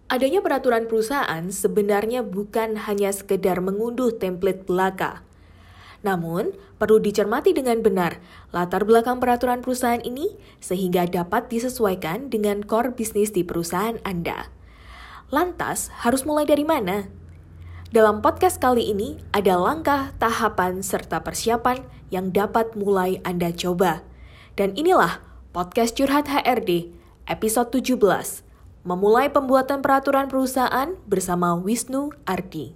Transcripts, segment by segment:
Adanya peraturan perusahaan sebenarnya bukan hanya sekedar mengunduh template belaka. Namun, perlu dicermati dengan benar latar belakang peraturan perusahaan ini sehingga dapat disesuaikan dengan core bisnis di perusahaan Anda. Lantas, harus mulai dari mana? Dalam podcast kali ini, ada langkah, tahapan, serta persiapan yang dapat mulai Anda coba. Dan inilah Podcast Curhat HRD, episode 17. Memulai pembuatan peraturan perusahaan bersama Wisnu Ardi.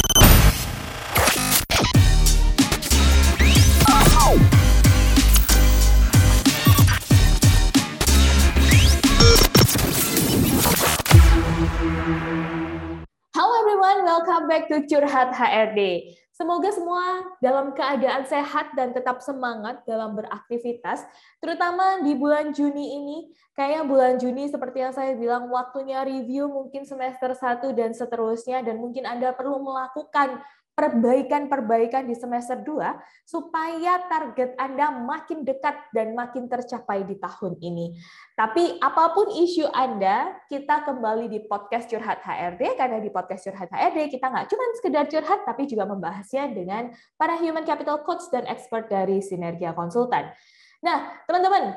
Halo everyone, welcome back to Curhat HRD. Semoga semua dalam keadaan sehat dan tetap semangat dalam beraktivitas, terutama di bulan Juni ini. Kayaknya bulan Juni seperti yang saya bilang, waktunya review mungkin semester 1 dan seterusnya, dan mungkin Anda perlu melakukan perbaikan-perbaikan di semester 2 supaya target Anda makin dekat dan makin tercapai di tahun ini. Tapi apapun isu Anda, kita kembali di podcast Curhat HRD, karena di podcast Curhat HRD kita nggak cuma sekedar curhat, tapi juga membahasnya dengan para human capital coach dan expert dari Sinergia Konsultan. Nah, teman-teman,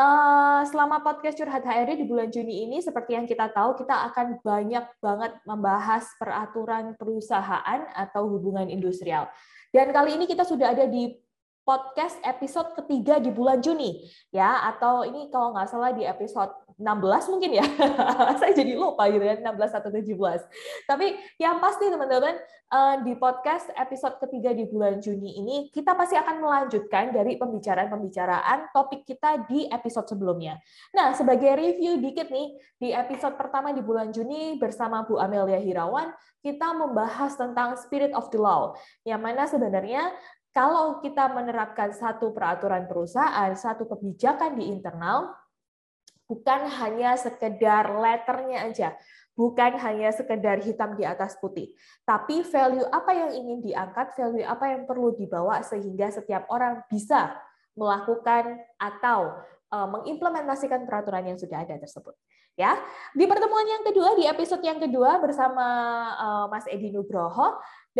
selama podcast Curhat HRD di bulan Juni ini, seperti yang kita tahu, kita akan banyak banget membahas peraturan perusahaan atau hubungan industrial. Dan kali ini kita sudah ada di podcast episode ketiga di bulan Juni, ya, atau ini kalau nggak salah di episode 16 mungkin ya, saya jadi lupa gitu kan, 16 atau 17. Tapi yang pasti teman-teman, di podcast episode ketiga di bulan Juni ini, kita pasti akan melanjutkan dari pembicaraan-pembicaraan topik kita di episode sebelumnya. Nah, sebagai review dikit nih, di episode pertama di bulan Juni bersama Bu Amelia Hirawan, kita membahas tentang spirit of the law, yang mana sebenarnya kalau kita menerapkan satu peraturan perusahaan, satu kebijakan di internal, bukan hanya sekedar letternya aja, bukan hanya sekedar hitam di atas putih, tapi value apa yang ingin diangkat, value apa yang perlu dibawa sehingga setiap orang bisa melakukan atau mengimplementasikan peraturan yang sudah ada tersebut. Ya, di pertemuan yang kedua, di episode yang kedua bersama Mas Edi Nugroho,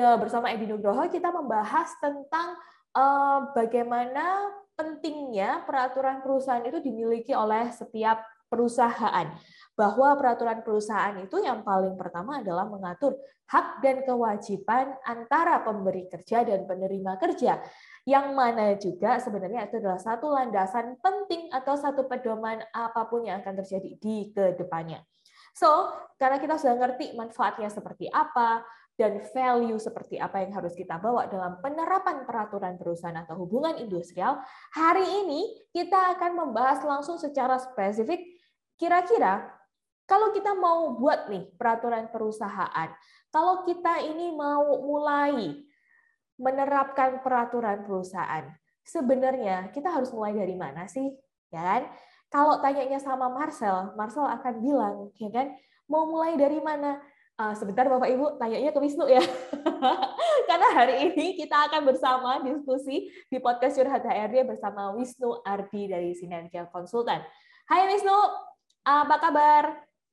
kita membahas tentang bagaimana pentingnya peraturan perusahaan itu dimiliki oleh setiap perusahaan. Bahwa peraturan perusahaan itu yang paling pertama adalah mengatur hak dan kewajiban antara pemberi kerja dan penerima kerja. Yang mana juga sebenarnya itu adalah satu landasan penting atau satu pedoman apapun yang akan terjadi di kedepannya. So, karena kita sudah ngerti manfaatnya seperti apa, dan value seperti apa yang harus kita bawa dalam penerapan peraturan perusahaan atau hubungan industrial, hari ini kita akan membahas langsung secara spesifik, kira-kira kalau kita mau buat nih peraturan perusahaan, kalau kita ini mau mulai menerapkan peraturan perusahaan, sebenarnya kita harus mulai dari mana sih? Ya kan? Kalau tanyanya sama Marcel akan bilang, ya kan, mau mulai dari mana? Sebentar Bapak Ibu, tanyanya ke Wisnu ya. Karena hari ini kita akan bersama diskusi di podcast Curhat HRD bersama Wisnu Ardi dari Sinergia Konsultan. Hai Wisnu, apa kabar?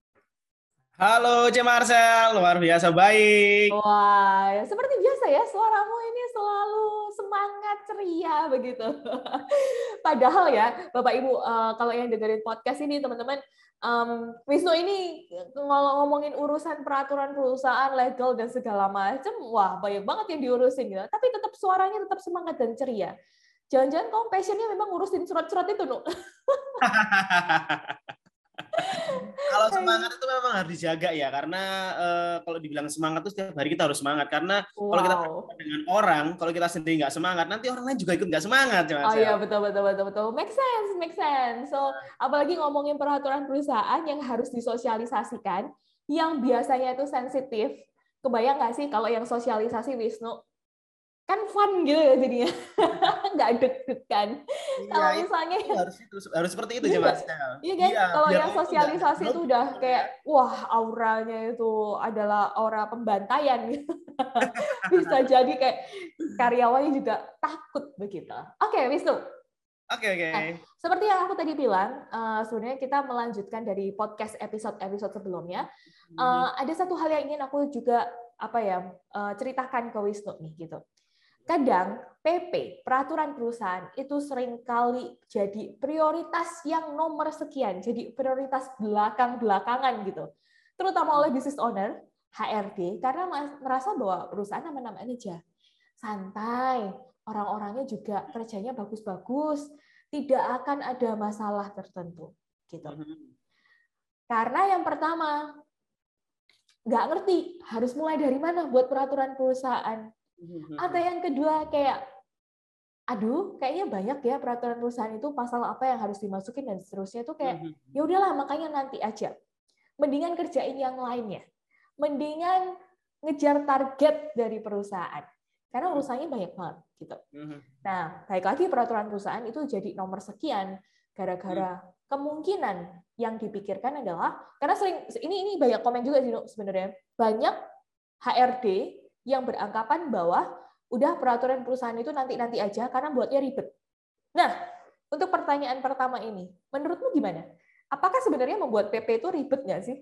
Halo, C. Marcel, luar biasa baik. Wah, seperti biasa ya, suaramu ini selalu semangat, ceria begitu. Padahal ya, Bapak Ibu, kalau yang dengerin podcast ini, teman-teman, Wisnu ini kalau ngomongin urusan peraturan perusahaan, legal, dan segala macam, wah banyak banget yang diurusin gitu. Tapi tetap suaranya tetap semangat dan ceria. Jangan-jangan kamu passionnya memang ngurusin surat-surat itu, Nuk? Kalau semangat itu memang harus dijaga ya, karena kalau dibilang semangat itu setiap hari kita harus semangat. Karena kalau kita dengan orang, kalau kita sendiri nggak semangat, nanti orang lain juga ikut nggak semangat. Oh iya, betul. Make sense. So, apalagi ngomongin peraturan perusahaan yang harus disosialisasikan, yang biasanya itu sensitif. Kebayang nggak sih kalau yang sosialisasi Wisnu? Kan fun gitu ya jadinya, nggak deg-degan. Iya, Kalau misalnya harus seperti itu ya Mas. Iya kan, Iya, kalau biar yang sosialisasi itu udah kayak wah auranya itu adalah aura pembantaian gitu. Bisa jadi kayak karyawannya juga takut begitu. Oke, Wisnu, Oke. Nah, seperti yang aku tadi bilang, sebenarnya kita melanjutkan dari podcast episode sebelumnya. Ada satu hal yang ingin aku juga ceritakan ke Wisnu nih gitu. Kadang PP, peraturan perusahaan itu seringkali jadi prioritas yang nomor sekian, jadi prioritas belakang-belakangan gitu. Terutama oleh business owner, HRD, karena merasa bahwa perusahaan aman-aman aja. Santai, orang-orangnya juga kerjanya bagus-bagus, tidak akan ada masalah tertentu gitu. Karena yang pertama, nggak ngerti harus mulai dari mana buat peraturan perusahaan. Atau yang kedua kayak, aduh, kayaknya banyak ya peraturan perusahaan itu pasal apa yang harus dimasukin dan seterusnya itu kayak, ya udahlah makanya nanti aja. Mendingan kerjain yang lainnya. Mendingan ngejar target dari perusahaan. Karena urusannya banyak banget gitu. Nah, baik lagi peraturan perusahaan itu jadi nomor sekian gara-gara kemungkinan yang dipikirkan adalah karena ini banyak komen juga sih sebenarnya. Banyak HRD yang beranggapan bahwa udah peraturan perusahaan itu nanti aja karena buatnya ribet. Nah, untuk pertanyaan pertama ini, menurutmu gimana? Apakah sebenarnya membuat PP itu ribet nggak sih?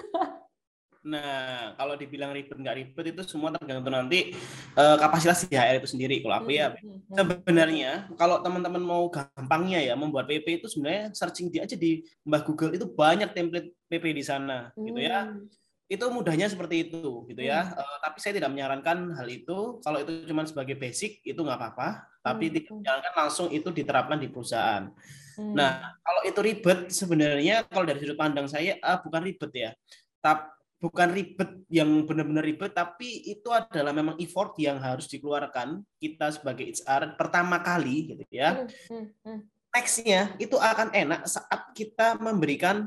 Nah, kalau dibilang ribet nggak ribet itu semua tergantung nanti kapasitas HR itu sendiri. Kalau aku ya sebenarnya kalau teman-teman mau gampangnya ya membuat PP itu sebenarnya searching aja di Mbah Google itu banyak template PP di sana gitu ya. Itu mudahnya seperti itu gitu ya. Tapi saya tidak menyarankan hal itu. Kalau itu cuma sebagai basic itu nggak apa-apa. Tapi tidak menyarankan langsung itu diterapkan di perusahaan. Nah, kalau itu ribet sebenarnya kalau dari sudut pandang saya bukan ribet ya. Bukan ribet yang benar-benar ribet, tapi itu adalah memang effort yang harus dikeluarkan kita sebagai HR pertama kali gitu ya. Next-nya itu akan enak saat kita memberikan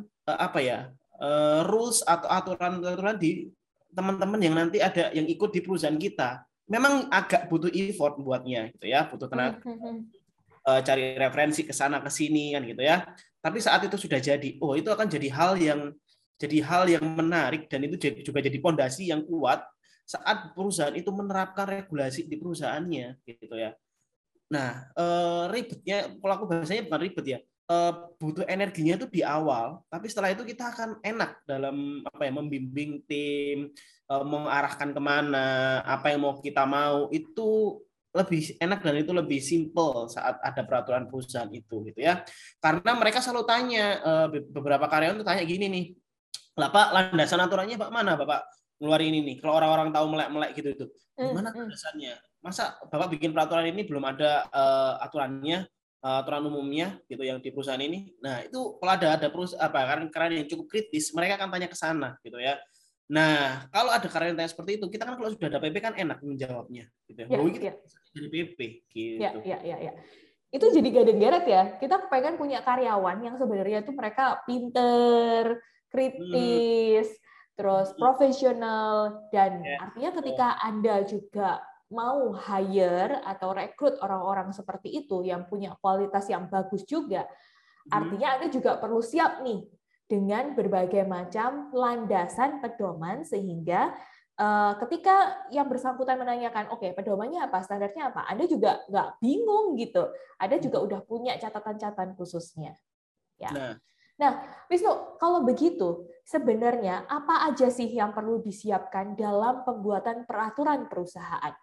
rules atau aturan-aturan di teman-teman yang nanti ada yang ikut di perusahaan kita. Memang agak butuh effort buatnya gitu ya, butuh tenaga. Cari referensi ke sana ke sini kan gitu ya. Tapi saat itu sudah jadi, itu akan jadi hal yang menarik dan itu juga jadi pondasi yang kuat saat perusahaan itu menerapkan regulasi di perusahaannya gitu ya. Nah, ribetnya kalau aku bahasanya bukan ribet ya, butuh energinya itu di awal, tapi setelah itu kita akan enak dalam membimbing tim, mengarahkan kemana, apa yang mau kita mau itu lebih enak dan itu lebih simple saat ada peraturan perusahaan itu gitu ya. Karena mereka selalu tanya, beberapa karyawan tuh tanya gini nih, lah Pak, landasan aturannya Pak mana Bapak ngeluarin ini nih? Kalau orang-orang tahu melek-melek gitu itu, gimana landasannya? Masa Bapak bikin peraturan ini belum ada aturannya, aturan umumnya gitu yang di perusahaan ini? Nah itu kalau ada perusahaan karena yang cukup kritis, mereka akan tanya ke sana gitu ya. Nah kalau ada karyawan yang tanya seperti itu, kita kan kalau sudah ada PP kan enak menjawabnya. Gitu ya. Kita dari PP gitu. Ya. Itu jadi gaden geret ya. Kita pengen punya karyawan yang sebenarnya tuh mereka pinter, kritis, terus profesional, dan artinya ketika Anda juga mau hire atau rekrut orang-orang seperti itu yang punya kualitas yang bagus juga, artinya Anda juga perlu siap nih dengan berbagai macam landasan pedoman sehingga ketika yang bersangkutan menanyakan, oke, pedomannya apa, standarnya apa, Anda juga nggak bingung gitu. Anda juga udah punya catatan-catatan khususnya. Ya. Nah, Wisnu, kalau begitu, sebenarnya apa aja sih yang perlu disiapkan dalam pembuatan peraturan perusahaan?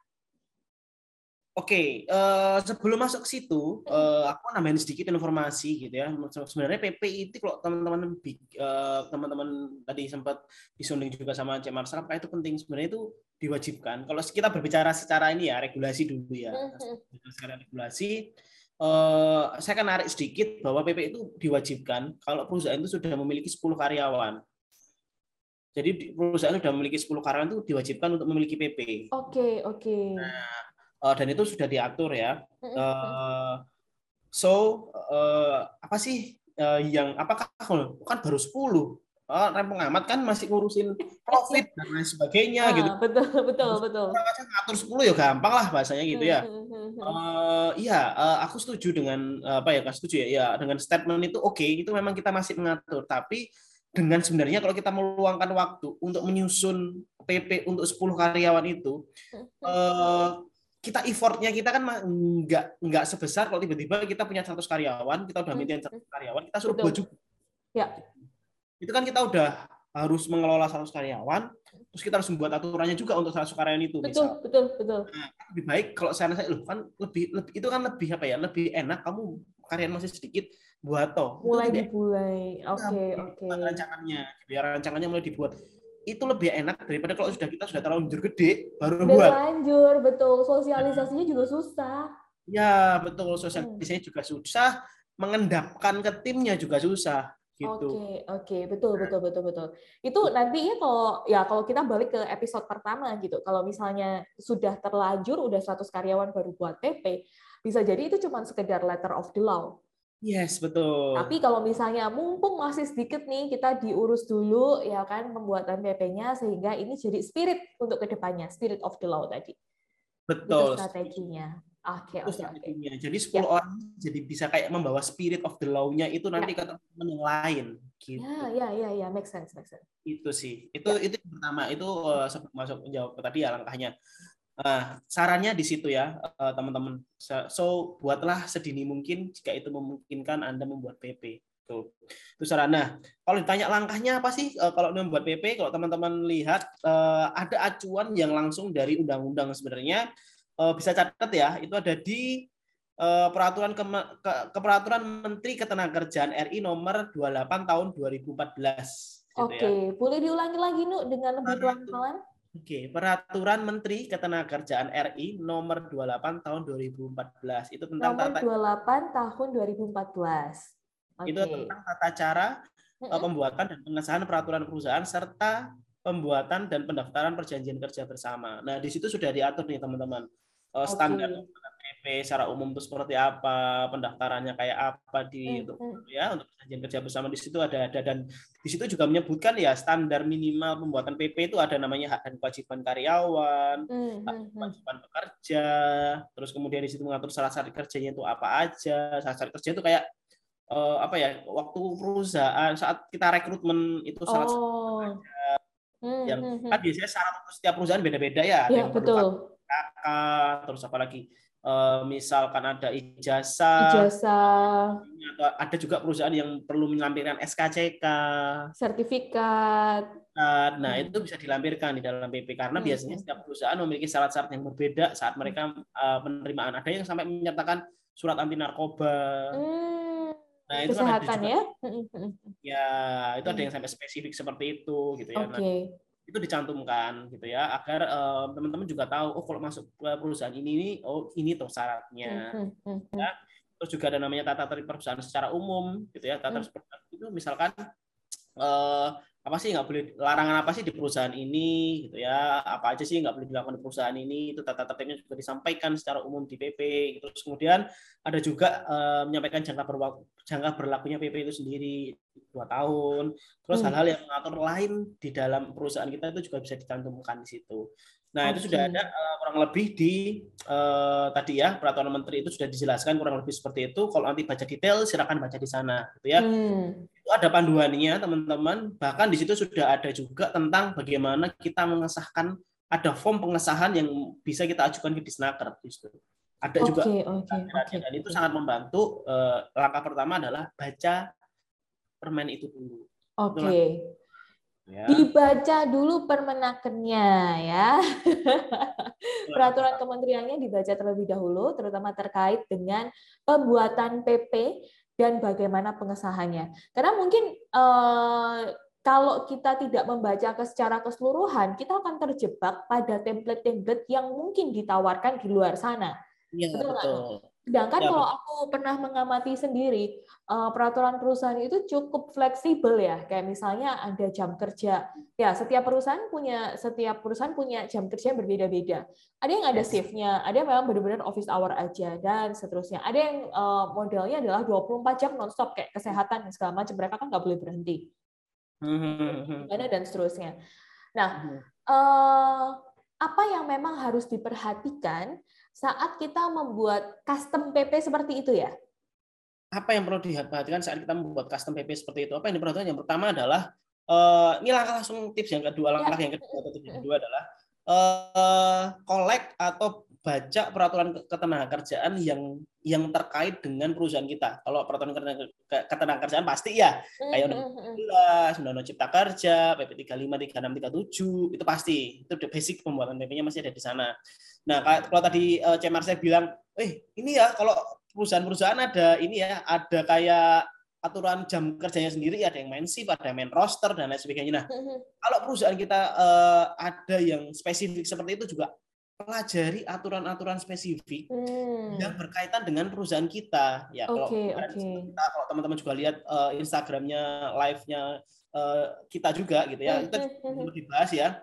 Oke, sebelum masuk ke situ, aku nambahin sedikit informasi gitu ya. Sebenarnya PP itu kalau teman-teman tadi sempat disunding juga sama Cik Marsha, apa itu penting sebenarnya itu diwajibkan. Kalau kita berbicara secara ini ya regulasi dulu ya. Secara regulasi, saya akan narik sedikit bahwa PP itu diwajibkan kalau perusahaan itu sudah memiliki 10 karyawan. Jadi perusahaan sudah memiliki 10 karyawan itu diwajibkan untuk memiliki PP. Oke. Nah, dan itu sudah diatur ya. Apa sih apakah kan baru 10? Rempong amat kan masih ngurusin profit dan lain sebagainya gitu. Betul. Orang aja ngatur 10 ya gampang lah bahasanya gitu ya. Aku setuju dengan setuju ya dengan statement itu oke, itu memang kita masih mengatur, tapi dengan sebenarnya kalau kita meluangkan waktu untuk menyusun PP untuk 10 karyawan itu kita effortnya kita kan nggak sebesar kalau tiba-tiba kita punya 100 karyawan, kita udah maintain 100 karyawan, kita suruh buat juga. Ya. Itu kan kita udah harus mengelola 100 karyawan, terus kita harus membuat aturannya juga untuk 100 karyawan itu. Betul. Nah, lebih baik kalau saya kan lebih itu kan lebih apa ya? Lebih enak kamu karyawan masih sedikit buat mulai dimulai. Oke. Rancangannya, rancangannya mulai dibuat. Itu lebih enak daripada kalau kita sudah terlanjur gede baru udah buat. Terlanjur, betul. Sosialisasinya juga susah. Ya, betul. Sosialisasinya juga susah, mengendapkan ke timnya juga susah. Gitu. Oke, betul. Itu nantinya kalau kita balik ke episode pertama gitu, kalau misalnya sudah terlanjur, udah 100 karyawan baru buat PP, bisa jadi itu cuma sekedar letter of the law. Yes, betul. Tapi kalau misalnya mumpung masih sedikit nih, kita diurus dulu ya kan pembuatan PP-nya sehingga ini jadi spirit untuk kedepannya, spirit of the law tadi. Betul. Itu strateginya. Oke. Jadi 10 orang jadi bisa kayak membawa spirit of the law-nya itu nanti ke teman-teman yang lain. Gitu. Ya, make sense. Itu sih. Itu yang pertama. Itu masuk menjawab tadi ya langkahnya. Sarannya di situ ya, teman-teman. So, buatlah sedini mungkin jika itu memungkinkan Anda membuat PP. Itu saran. Nah, kalau ditanya langkahnya apa sih kalau membuat PP? Kalau teman-teman lihat ada acuan yang langsung dari undang-undang sebenarnya. Bisa catat ya, itu ada di Peraturan Menteri Ketenagakerjaan RI nomor 28 tahun 2014. Oke, boleh diulangi lagi Nuk dengan lebih pelan-pelan? Oke, Peraturan Menteri Ketenagakerjaan RI nomor 28 tahun 2014. Itu tentang nomor 28 tahun 2014. Itu tentang tata cara pembuatan dan pengesahan peraturan perusahaan serta pembuatan dan pendaftaran perjanjian kerja bersama. Nah, di situ sudah diatur nih teman-teman. Standar PP secara umum itu seperti apa, pendaftarannya kayak apa untuk perjanjian kerja bersama. Di situ ada dan di situ juga menyebutkan ya standar minimal pembuatan PP itu ada namanya hak dan kewajiban karyawan, hak dan kewajiban pekerja, terus kemudian di situ mengatur syarat-syarat kerjanya itu apa aja. Syarat-syarat kerja itu kayak waktu perusahaan saat kita rekrutmen itu syarat-syarat yang kan biasanya syarat untuk setiap perusahaan beda-beda ya. Iya, betul. Terus apalagi misalkan ada ijazah, atau ada juga perusahaan yang perlu melampirkan SKCK, sertifikat. Nah, itu bisa dilampirkan di dalam PP karena biasanya setiap perusahaan memiliki syarat-syarat yang berbeda saat mereka penerimaan. Ada yang sampai menyertakan surat anti narkoba. Nah, itu kesehatan kan ada juga, ya. Itu ada yang sampai spesifik seperti itu gitu ya. Nah, itu dicantumkan gitu ya agar teman-teman juga tahu kalau masuk ke perusahaan ini ini tuh syaratnya. Ya. Terus juga ada namanya tata tertib perusahaan secara umum gitu ya. Tata tertib itu misalkan apa sih nggak boleh, larangan apa sih di perusahaan ini gitu ya, apa aja sih nggak boleh dilakukan di perusahaan ini, itu tata tertibnya juga disampaikan secara umum di PP. Terus kemudian ada juga menyampaikan jangka berlakunya PP itu sendiri 2 tahun. Terus hal-hal yang mengatur lain di dalam perusahaan kita itu juga bisa dicantumkan di situ. Nah, itu sudah ada kurang lebih di tadi ya, peraturan menteri itu sudah dijelaskan kurang lebih seperti itu. Kalau nanti baca detail silakan baca di sana gitu ya. Itu ada panduannya teman-teman. Bahkan di situ sudah ada juga tentang bagaimana kita mengesahkan, ada form pengesahan yang bisa kita ajukan ke Disnaker di situ. Ada juga. Dan itu sangat membantu. Langkah pertama adalah baca permen itu dulu. Ya. Dibaca dulu permenakernya ya. Peraturan kementeriannya dibaca terlebih dahulu, terutama terkait dengan pembuatan PP dan bagaimana pengesahannya. Karena mungkin kalau kita tidak membaca secara keseluruhan, kita akan terjebak pada template-template yang mungkin ditawarkan di luar sana. Iya, betul. Sedangkan kalau aku pernah mengamati sendiri, peraturan perusahaan itu cukup fleksibel ya. Kayak misalnya ada jam kerja. Ya, setiap perusahaan punya jam kerja yang berbeda-beda. Ada yang ada shift-nya, ada yang memang benar-benar office hour aja, dan seterusnya. Ada yang modelnya adalah 24 jam non-stop, kayak kesehatan dan segala macam. Mereka kan nggak boleh berhenti. Dan seterusnya. Nah, apa yang memang harus diperhatikan saat kita membuat custom PP seperti itu ya? Apa yang perlu diperhatikan saat kita membuat custom PP seperti itu? Apa yang diperhatikan? Yang pertama adalah ini langkah langsung tips yang kedua, adalah collect atau baca peraturan ketenagakerjaan yang terkait dengan perusahaan kita. Kalau peraturan ketenagakerjaan pasti ya kayak Undang-Undang Cipta Kerja, PP 35, 36, 37 itu pasti. Itu the basic pembuatan PP-nya masih ada di sana. Nah, kalau tadi Cemar saya bilang, ini ya kalau perusahaan-perusahaan ada ini ya, ada kayak aturan jam kerjanya sendiri, ada yang main shift, ada yang main roster dan lain sebagainya. Nah, kalau perusahaan kita ada yang spesifik seperti itu juga pelajari aturan-aturan spesifik yang berkaitan dengan perusahaan kita. Ya, kalau teman-teman juga lihat Instagramnya, live-nya kita juga gitu ya, kita juga dibahas ya.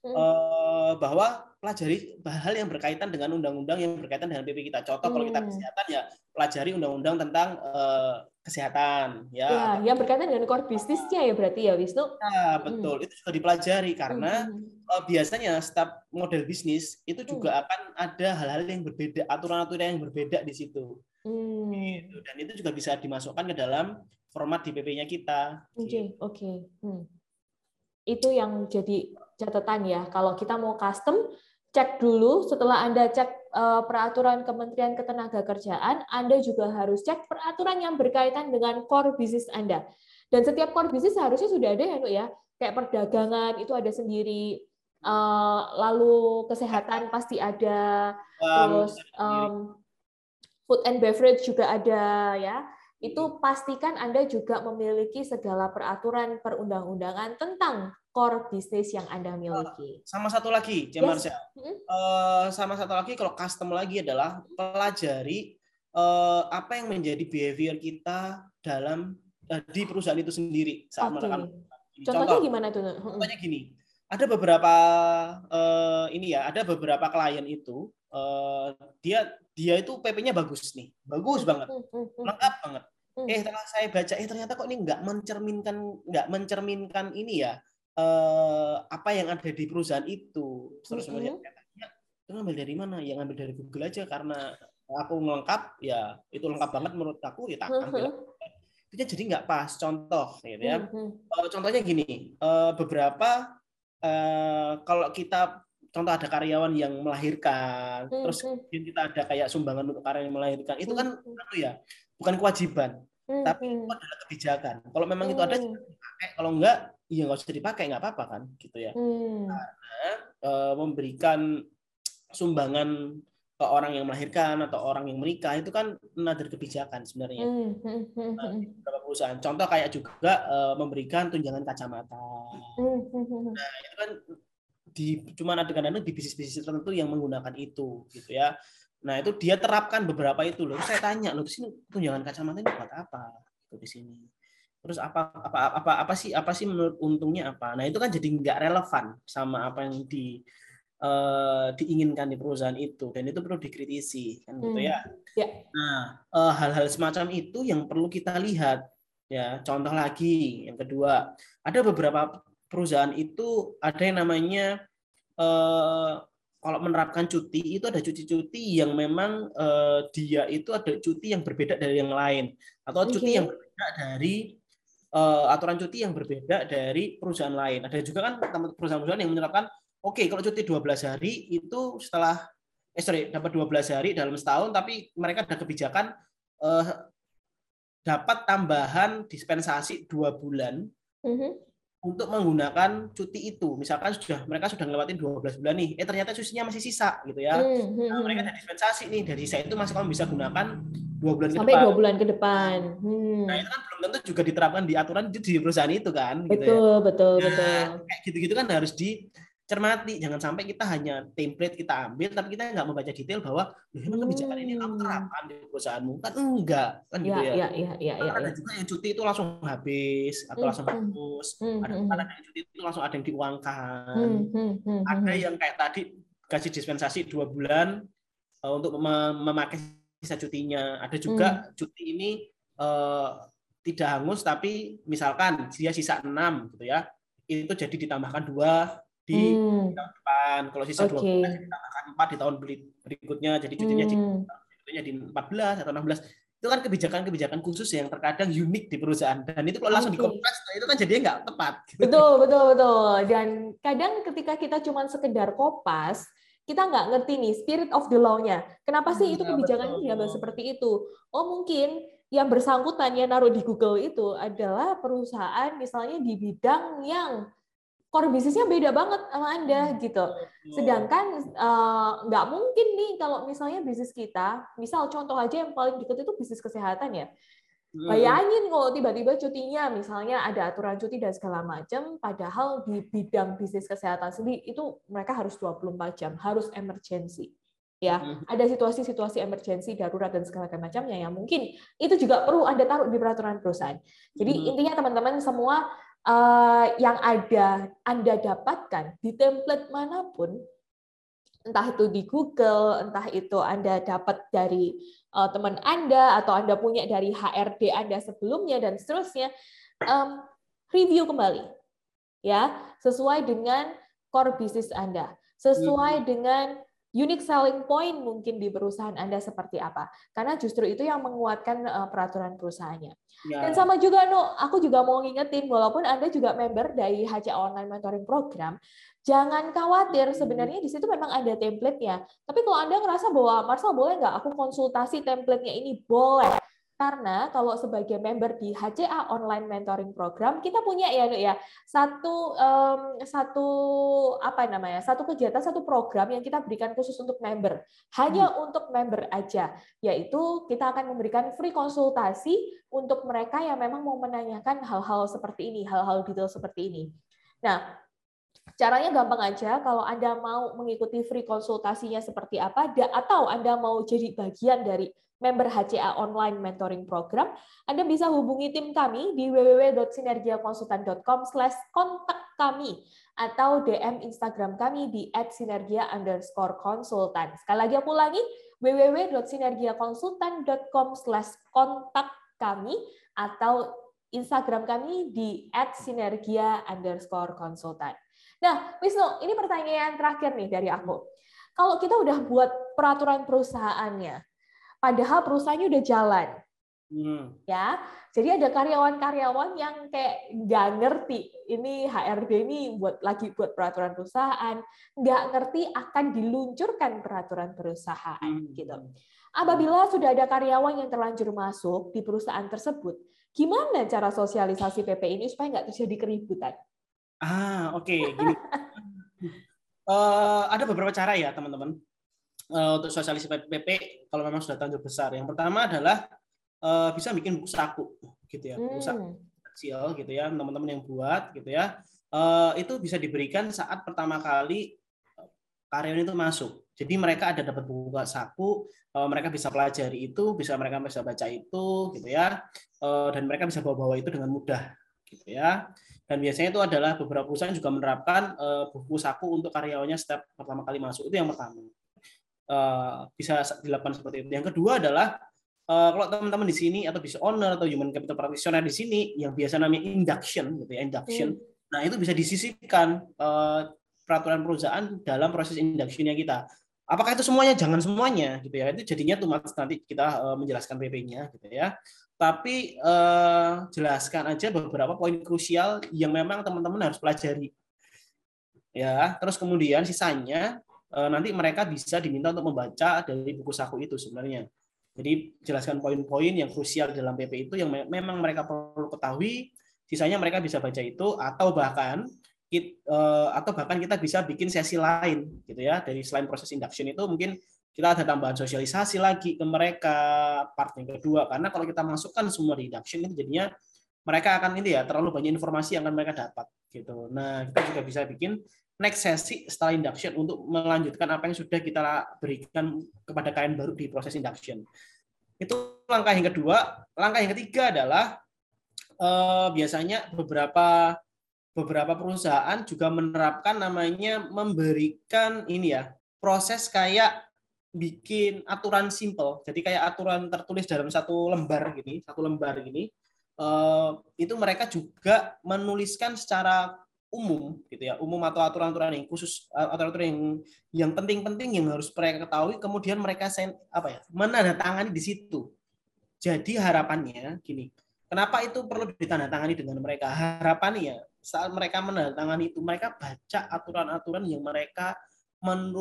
Bahwa pelajari hal yang berkaitan dengan undang-undang yang berkaitan dengan PP kita. Contoh kalau kita kesehatan ya pelajari undang-undang tentang kesehatan ya. Yang berkaitan dengan core bisnisnya ya berarti ya Wisnu. Nah, betul. Itu juga dipelajari karena biasanya setiap model bisnis itu juga akan ada hal-hal yang berbeda, aturan-aturan yang berbeda di situ. Gitu. Dan itu juga bisa dimasukkan ke dalam format di PP-nya kita. Oke. Itu yang jadi catatan ya. Kalau kita mau custom, cek dulu. Setelah Anda cek peraturan Kementerian Ketenagakerjaan, Anda juga harus cek peraturan yang berkaitan dengan core bisnis Anda. Dan setiap core bisnis seharusnya sudah ada ya. Kayak perdagangan itu ada sendiri. Lalu kesehatan pasti ada. Terus food and beverage juga ada ya. Itu pastikan Anda juga memiliki segala peraturan perundang-undangan tentang core bisnis yang Anda miliki. Sama satu lagi, Marsha. Sama satu lagi kalau custom lagi adalah pelajari apa yang menjadi behavior kita dalam di perusahaan itu sendiri. Contohnya gimana tuh? Contohnya gini, ada beberapa ada beberapa klien itu dia itu PP-nya bagus nih, bagus banget, lengkap banget. Setelah saya baca, ternyata kok ini nggak mencerminkan ini ya apa yang ada di perusahaan itu. Terus kemudian itu ngambil dari mana? Ya ngambil dari Google aja karena aku lengkap, ya itu lengkap banget menurut aku, ya tak ambil. Itu jadi nggak pas. Contoh, gitu ya. Contohnya gini, beberapa kalau kita contoh ada karyawan yang melahirkan, terus kita ada kayak sumbangan untuk karyawan yang melahirkan, itu kan bukan kewajiban, tapi itu adalah kebijakan. Kalau memang itu ada dipakai, kalau enggak, ya nggak usah dipakai, nggak apa-apa kan, gitu ya. Karena memberikan sumbangan ke orang yang melahirkan atau orang yang menikah itu kan another kebijakan sebenarnya. Beberapa perusahaan, contoh kayak juga memberikan tunjangan kacamata. Nah itu kan cuma ada kadang-kadang di bisnis-bisnis tertentu yang menggunakan itu, gitu ya. Nah itu dia terapkan beberapa itu loh. Saya tanya loh, di sini tunjangan kacamata ini buat apa? Itu di sini. Terus apa sih menurut untungnya apa? Nah itu kan jadi nggak relevan sama apa yang diinginkan di perusahaan itu, dan itu perlu dikritisi kan gitu ya. Nah hal-hal semacam itu yang perlu kita lihat ya. Contoh lagi yang kedua, ada beberapa perusahaan itu ada yang namanya kalau menerapkan cuti itu ada cuti-cuti yang memang dia itu ada cuti yang berbeda dari yang lain, atau cuti yang berbeda dari aturan cuti yang berbeda dari perusahaan lain. Ada juga kan perusahaan-perusahaan yang menerapkan kalau cuti 12 hari itu setelah dapat 12 hari dalam setahun, tapi mereka ada kebijakan dapat tambahan dispensasi 2 bulan untuk menggunakan cuti itu. Misalkan mereka sudah ngelewatin 12 bulan nih, ternyata cutinya masih sisa gitu ya. Nah, mereka ada dispensasi nih, dari sisa itu masih kamu bisa gunakan 2 bulan sampai ke depan. 2 bulan ke depan. Nah itu kan belum tentu juga diterapkan di aturan di perusahaan itu kan. Betul, gitu ya. betul. Kayak gitu-gitu kan harus dicermati. Jangan sampai kita hanya template kita ambil, tapi kita nggak membaca detail bahwa memang kebijakan ini kamu terapkan di perusahaanmu. Kan enggak, kan gitu ya. Ada juga yang cuti itu langsung habis atau langsung hapus. Ada yang cuti itu langsung ada yang diuangkan. Ada yang kayak tadi kasih dispensasi 2 bulan untuk memakai sisa cutinya. Ada juga cuti ini tidak hangus, tapi misalkan dia sisa 6 gitu ya, itu jadi ditambahkan 2 di tahun depan. Kalau sisa 12 ditambahkan 4 di tahun berikutnya, jadi cutinya di 14 atau 16. Itu kan kebijakan-kebijakan khusus yang terkadang unik di perusahaan, dan itu kalau langsung dikompres itu kan jadinya nggak tepat. Betul. Dan kadang ketika kita cuma sekedar kopas, kita nggak ngerti nih spirit of the law-nya. Kenapa sih itu kebijakan diambil Betul. seperti itu? Oh mungkin yang bersangkutan yang naruh di Google itu adalah perusahaan misalnya di bidang yang core bisnisnya beda banget sama Anda gitu. Sedangkan nggak mungkin nih kalau misalnya bisnis kita, misal contoh aja yang paling dekat itu bisnis kesehatan ya. Bayangin kalau tiba-tiba cutinya misalnya ada aturan cuti dan segala macam, padahal di bidang bisnis kesehatan sendiri itu mereka harus 24 jam, harus emergency. Ya, ada situasi-situasi emergency darurat dan segala macamnya yang mungkin itu juga perlu Anda taruh di peraturan perusahaan. Jadi intinya teman-teman semua yang ada Anda dapatkan di template manapun, entah itu di Google, entah itu Anda dapat dari teman Anda, atau Anda punya dari HRD Anda sebelumnya, dan seterusnya, review kembali. Ya, sesuai dengan core bisnis Anda, sesuai dengan unique selling point mungkin di perusahaan Anda seperti apa. Karena justru itu yang menguatkan peraturan perusahaannya. Dan sama juga, aku juga mau ngingetin, walaupun Anda juga member dari HCA Online Mentoring Program, jangan khawatir, sebenarnya di situ memang ada template-nya. Tapi kalau Anda ngerasa bahwa, Marcel boleh nggak aku konsultasi template-nya ini? Boleh. Karena kalau sebagai member di HCA Online Mentoring Program, kita punya satu kegiatan, satu program yang kita berikan khusus untuk member. Hanya untuk member aja. Yaitu kita akan memberikan free konsultasi untuk mereka yang memang mau menanyakan hal-hal seperti ini, hal-hal detail seperti ini. Nah, caranya gampang aja, kalau Anda mau mengikuti free konsultasinya seperti apa, atau Anda mau jadi bagian dari member HCA Online Mentoring Program, Anda bisa hubungi tim kami di www.sinergiakonsultan.com/kontak kami, atau DM Instagram kami di @sinergia_konsultan. Sekali lagi aku ulangi, www.sinergiakonsultan.com/kontak kami, atau Instagram kami di @sinergia_konsultan. Nah, Wisnu, ini pertanyaan terakhir nih dari aku. Kalau kita udah buat peraturan perusahaannya, padahal perusahaannya udah jalan, ya, jadi ada karyawan-karyawan yang kayak nggak ngerti ini HRD ini buat peraturan perusahaan, nggak ngerti akan diluncurkan peraturan perusahaan, gitu. Apabila sudah ada karyawan yang terlanjur masuk di perusahaan tersebut, gimana cara sosialisasi PP ini supaya nggak terjadi keributan? Oke. Gini. Ada beberapa cara ya, teman-teman, untuk sosialisasi PP kalau memang sudah terlanjur besar. Yang pertama adalah bisa bikin buku saku, gitu ya, buku saku kecil, gitu ya, teman-teman yang buat, gitu ya. Itu bisa diberikan saat pertama kali karyawan itu masuk. Jadi mereka ada dapat buku saku, mereka bisa pelajari itu, mereka bisa baca itu, gitu ya, dan mereka bisa bawa-bawa itu dengan mudah, gitu ya. Dan biasanya itu adalah beberapa perusahaan juga menerapkan buku saku untuk karyawannya setiap pertama kali masuk. Itu yang pertama. Bisa dilakukan seperti itu. Yang kedua adalah kalau teman-teman di sini atau business owner atau human capital practitioner di sini yang biasa namanya induction, gitu ya, induction. Nah, itu bisa disisipkan peraturan perusahaan dalam proses induction-nya kita. Apakah itu semuanya? Jangan semuanya, gitu ya. Itu jadinya tuh nanti kita menjelaskan PP-nya, gitu ya. Tapi jelaskan aja beberapa poin krusial yang memang teman-teman harus pelajari. Ya, terus kemudian sisanya nanti mereka bisa diminta untuk membaca dari buku saku itu sebenarnya. Jadi jelaskan poin-poin yang krusial dalam PP itu yang memang mereka perlu ketahui, sisanya mereka bisa baca itu, atau bahkan kita bisa bikin sesi lain, gitu ya, dari selain proses induction itu mungkin kita ada tambahan sosialisasi lagi ke mereka part yang kedua, karena kalau kita masukkan semua di induction itu jadinya mereka akan terlalu banyak informasi yang akan mereka dapat, gitu. Nah, kita juga bisa bikin next sesi setelah induction untuk melanjutkan apa yang sudah kita berikan kepada klien baru di proses induction. Itu langkah yang kedua. Langkah yang ketiga adalah biasanya beberapa perusahaan juga menerapkan namanya memberikan proses kayak bikin aturan simple. Jadi kayak aturan tertulis dalam satu lembar gini. Itu mereka juga menuliskan secara umum, gitu ya, umum atau aturan-aturan yang khusus, aturan-aturan yang penting-penting yang harus mereka ketahui, kemudian mereka menandatangani di situ. Jadi harapannya gini, kenapa itu perlu ditandatangani dengan mereka? Harapannya saat mereka menandatangani itu, mereka baca aturan-aturan yang mereka menurut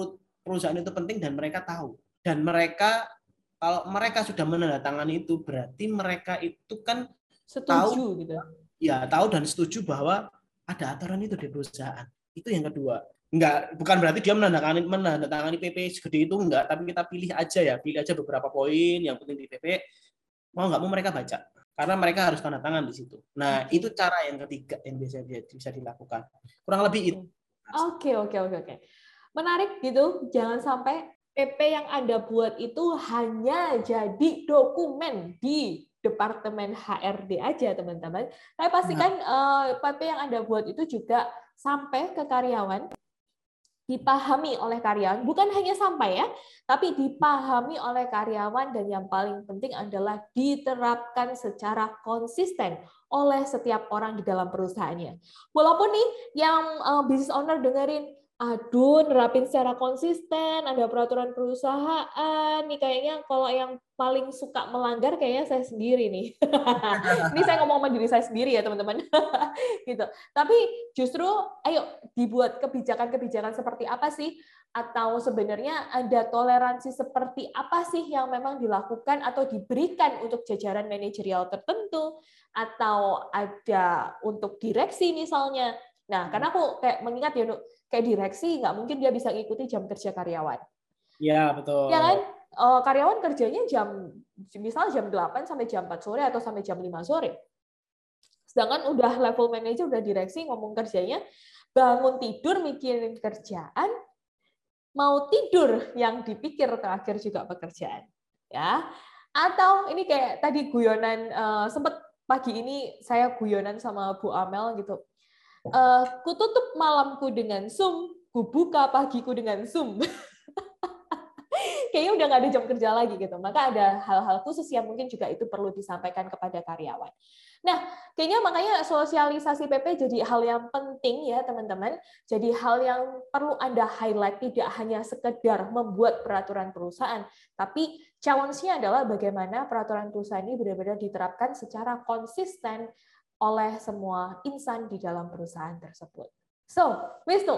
perusahaan itu penting dan mereka tahu. Dan mereka, kalau mereka sudah menandatangani itu, berarti mereka itu kan setuju gitu. Ya, tahu dan setuju bahwa ada aturan itu di perusahaan. Itu yang kedua. Bukan berarti dia menandatangani PP segede itu, enggak, tapi kita pilih aja beberapa poin yang penting di PP, mau nggak mau mereka baca. Karena mereka harus tanda tangan di situ. Nah, itu cara yang ketiga yang bisa dilakukan. Kurang lebih itu. Oke. Menarik gitu, jangan sampai PP yang Anda buat itu hanya jadi dokumen di Departemen HRD aja, teman-teman. Tapi pastikan PP yang Anda buat itu juga sampai ke karyawan, dipahami oleh karyawan, bukan hanya sampai ya, tapi dipahami oleh karyawan, dan yang paling penting adalah diterapkan secara konsisten oleh setiap orang di dalam perusahaannya. Walaupun nih yang business owner dengerin, aduh nerapin secara konsisten, ada peraturan perusahaan, nih kayaknya kalau yang paling suka melanggar kayaknya saya sendiri nih. Ini saya ngomong sama diri saya sendiri ya teman-teman. Gitu. Tapi justru ayo dibuat kebijakan-kebijakan seperti apa sih? Atau sebenarnya ada toleransi seperti apa sih yang memang dilakukan atau diberikan untuk jajaran manajerial tertentu, atau ada untuk direksi misalnya. Nah, karena aku kayak mengingat ya, kayak direksi nggak mungkin dia bisa ngikuti jam kerja karyawan. Ya, betul. Ya kan? Karyawan kerjanya misalnya jam 8 sampai jam 4 sore atau sampai jam 5 sore. Sedangkan udah level manager, udah direksi ngomong kerjanya, bangun tidur mikirin kerjaan, mau tidur yang dipikir terakhir juga pekerjaan. Ya. Atau ini kayak tadi guyonan, sempat pagi ini saya guyonan sama Bu Amel gitu. Ku tutup malamku dengan Zoom, ku buka pagiku dengan Zoom. Kayaknya udah nggak ada jam kerja lagi gitu. Maka ada hal-hal khusus yang mungkin juga itu perlu disampaikan kepada karyawan. Nah, kayaknya makanya sosialisasi PP jadi hal yang penting ya teman-teman. Jadi hal yang perlu Anda highlight, tidak hanya sekedar membuat peraturan perusahaan, tapi challenge-nya adalah bagaimana peraturan perusahaan ini benar-benar diterapkan secara konsisten oleh semua insan di dalam perusahaan tersebut. So, Wisnu,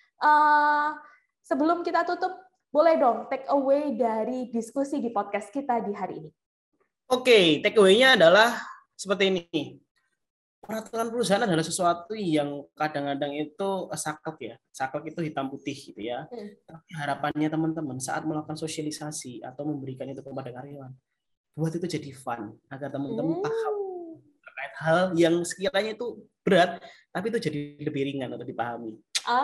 sebelum kita tutup, boleh dong take away dari diskusi di podcast kita di hari ini. Oke, take away-nya adalah seperti ini. Peraturan perusahaan adalah sesuatu yang kadang-kadang itu saklek ya. Saklek itu hitam putih gitu ya. Tapi harapannya teman-teman saat melakukan sosialisasi atau memberikan itu kepada karyawan, buat itu jadi fun agar teman-teman paham terkait hal yang sekiranya itu berat, tapi itu jadi lebih ringan untuk dipahami.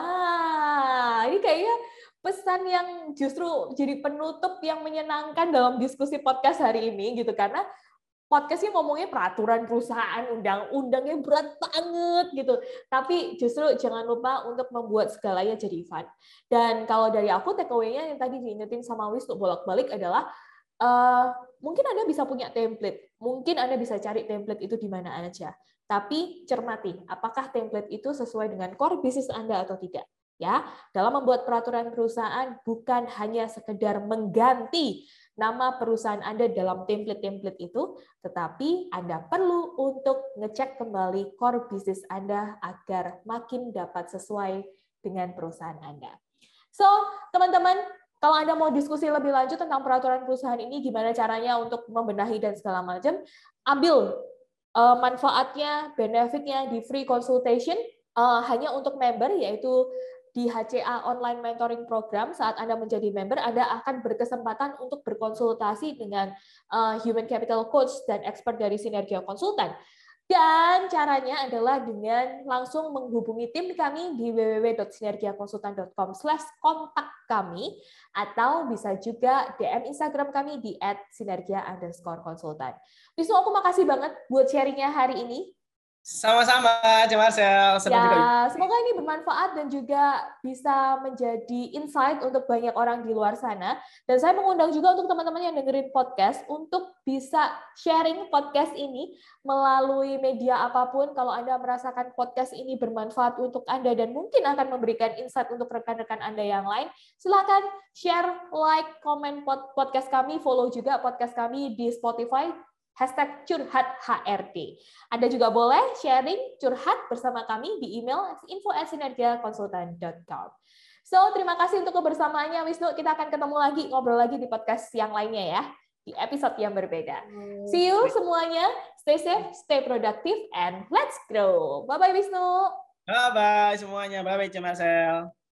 Ini kayaknya pesan yang justru jadi penutup yang menyenangkan dalam diskusi podcast hari ini gitu, karena podcastnya ngomongnya peraturan perusahaan, undang-undangnya berat banget gitu. Tapi justru jangan lupa untuk membuat segalanya jadi fun. Dan kalau dari aku takeaway-nya yang tadi diingetin sama Wisnu bolak-balik adalah mungkin Anda bisa punya template, mungkin Anda bisa cari template itu di mana aja. Tapi cermati, apakah template itu sesuai dengan core bisnis Anda atau tidak. Ya, dalam membuat peraturan perusahaan bukan hanya sekedar mengganti nama perusahaan Anda dalam template-template itu, tetapi Anda perlu untuk ngecek kembali core bisnis Anda agar makin dapat sesuai dengan perusahaan Anda. So, teman-teman, kalau Anda mau diskusi lebih lanjut tentang peraturan perusahaan ini, gimana caranya untuk membenahi dan segala macam, ambil manfaatnya, benefitnya di free consultation hanya untuk member, yaitu di HCA Online Mentoring Program. Saat Anda menjadi member, Anda akan berkesempatan untuk berkonsultasi dengan Human Capital Coach dan expert dari Sinergia Konsultan. Dan caranya adalah dengan langsung menghubungi tim kami di www.sinergiakonsultan.com/kontak kami, atau bisa juga DM Instagram kami di @sinergia_konsultan. Wisnu, aku makasih banget buat sharingnya hari ini. Sama-sama, Cak Marcel. Ya, semoga ini bermanfaat dan juga bisa menjadi insight untuk banyak orang di luar sana. Dan saya mengundang juga untuk teman-teman yang dengerin podcast untuk bisa sharing podcast ini melalui media apapun. Kalau Anda merasakan podcast ini bermanfaat untuk Anda dan mungkin akan memberikan insight untuk rekan-rekan Anda yang lain, silakan share, like, komen podcast kami, follow juga podcast kami di Spotify, #curhathrd. Anda juga boleh sharing curhat bersama kami di email info@sinergiakonsultan.com. So, terima kasih untuk kebersamaannya, Wisnu. Kita akan ketemu lagi, ngobrol lagi di podcast yang lainnya ya, di episode yang berbeda. See you semuanya. Stay safe, stay productive, and let's grow. Bye-bye, Wisnu. Bye-bye semuanya. Bye-bye, Cik Marcel.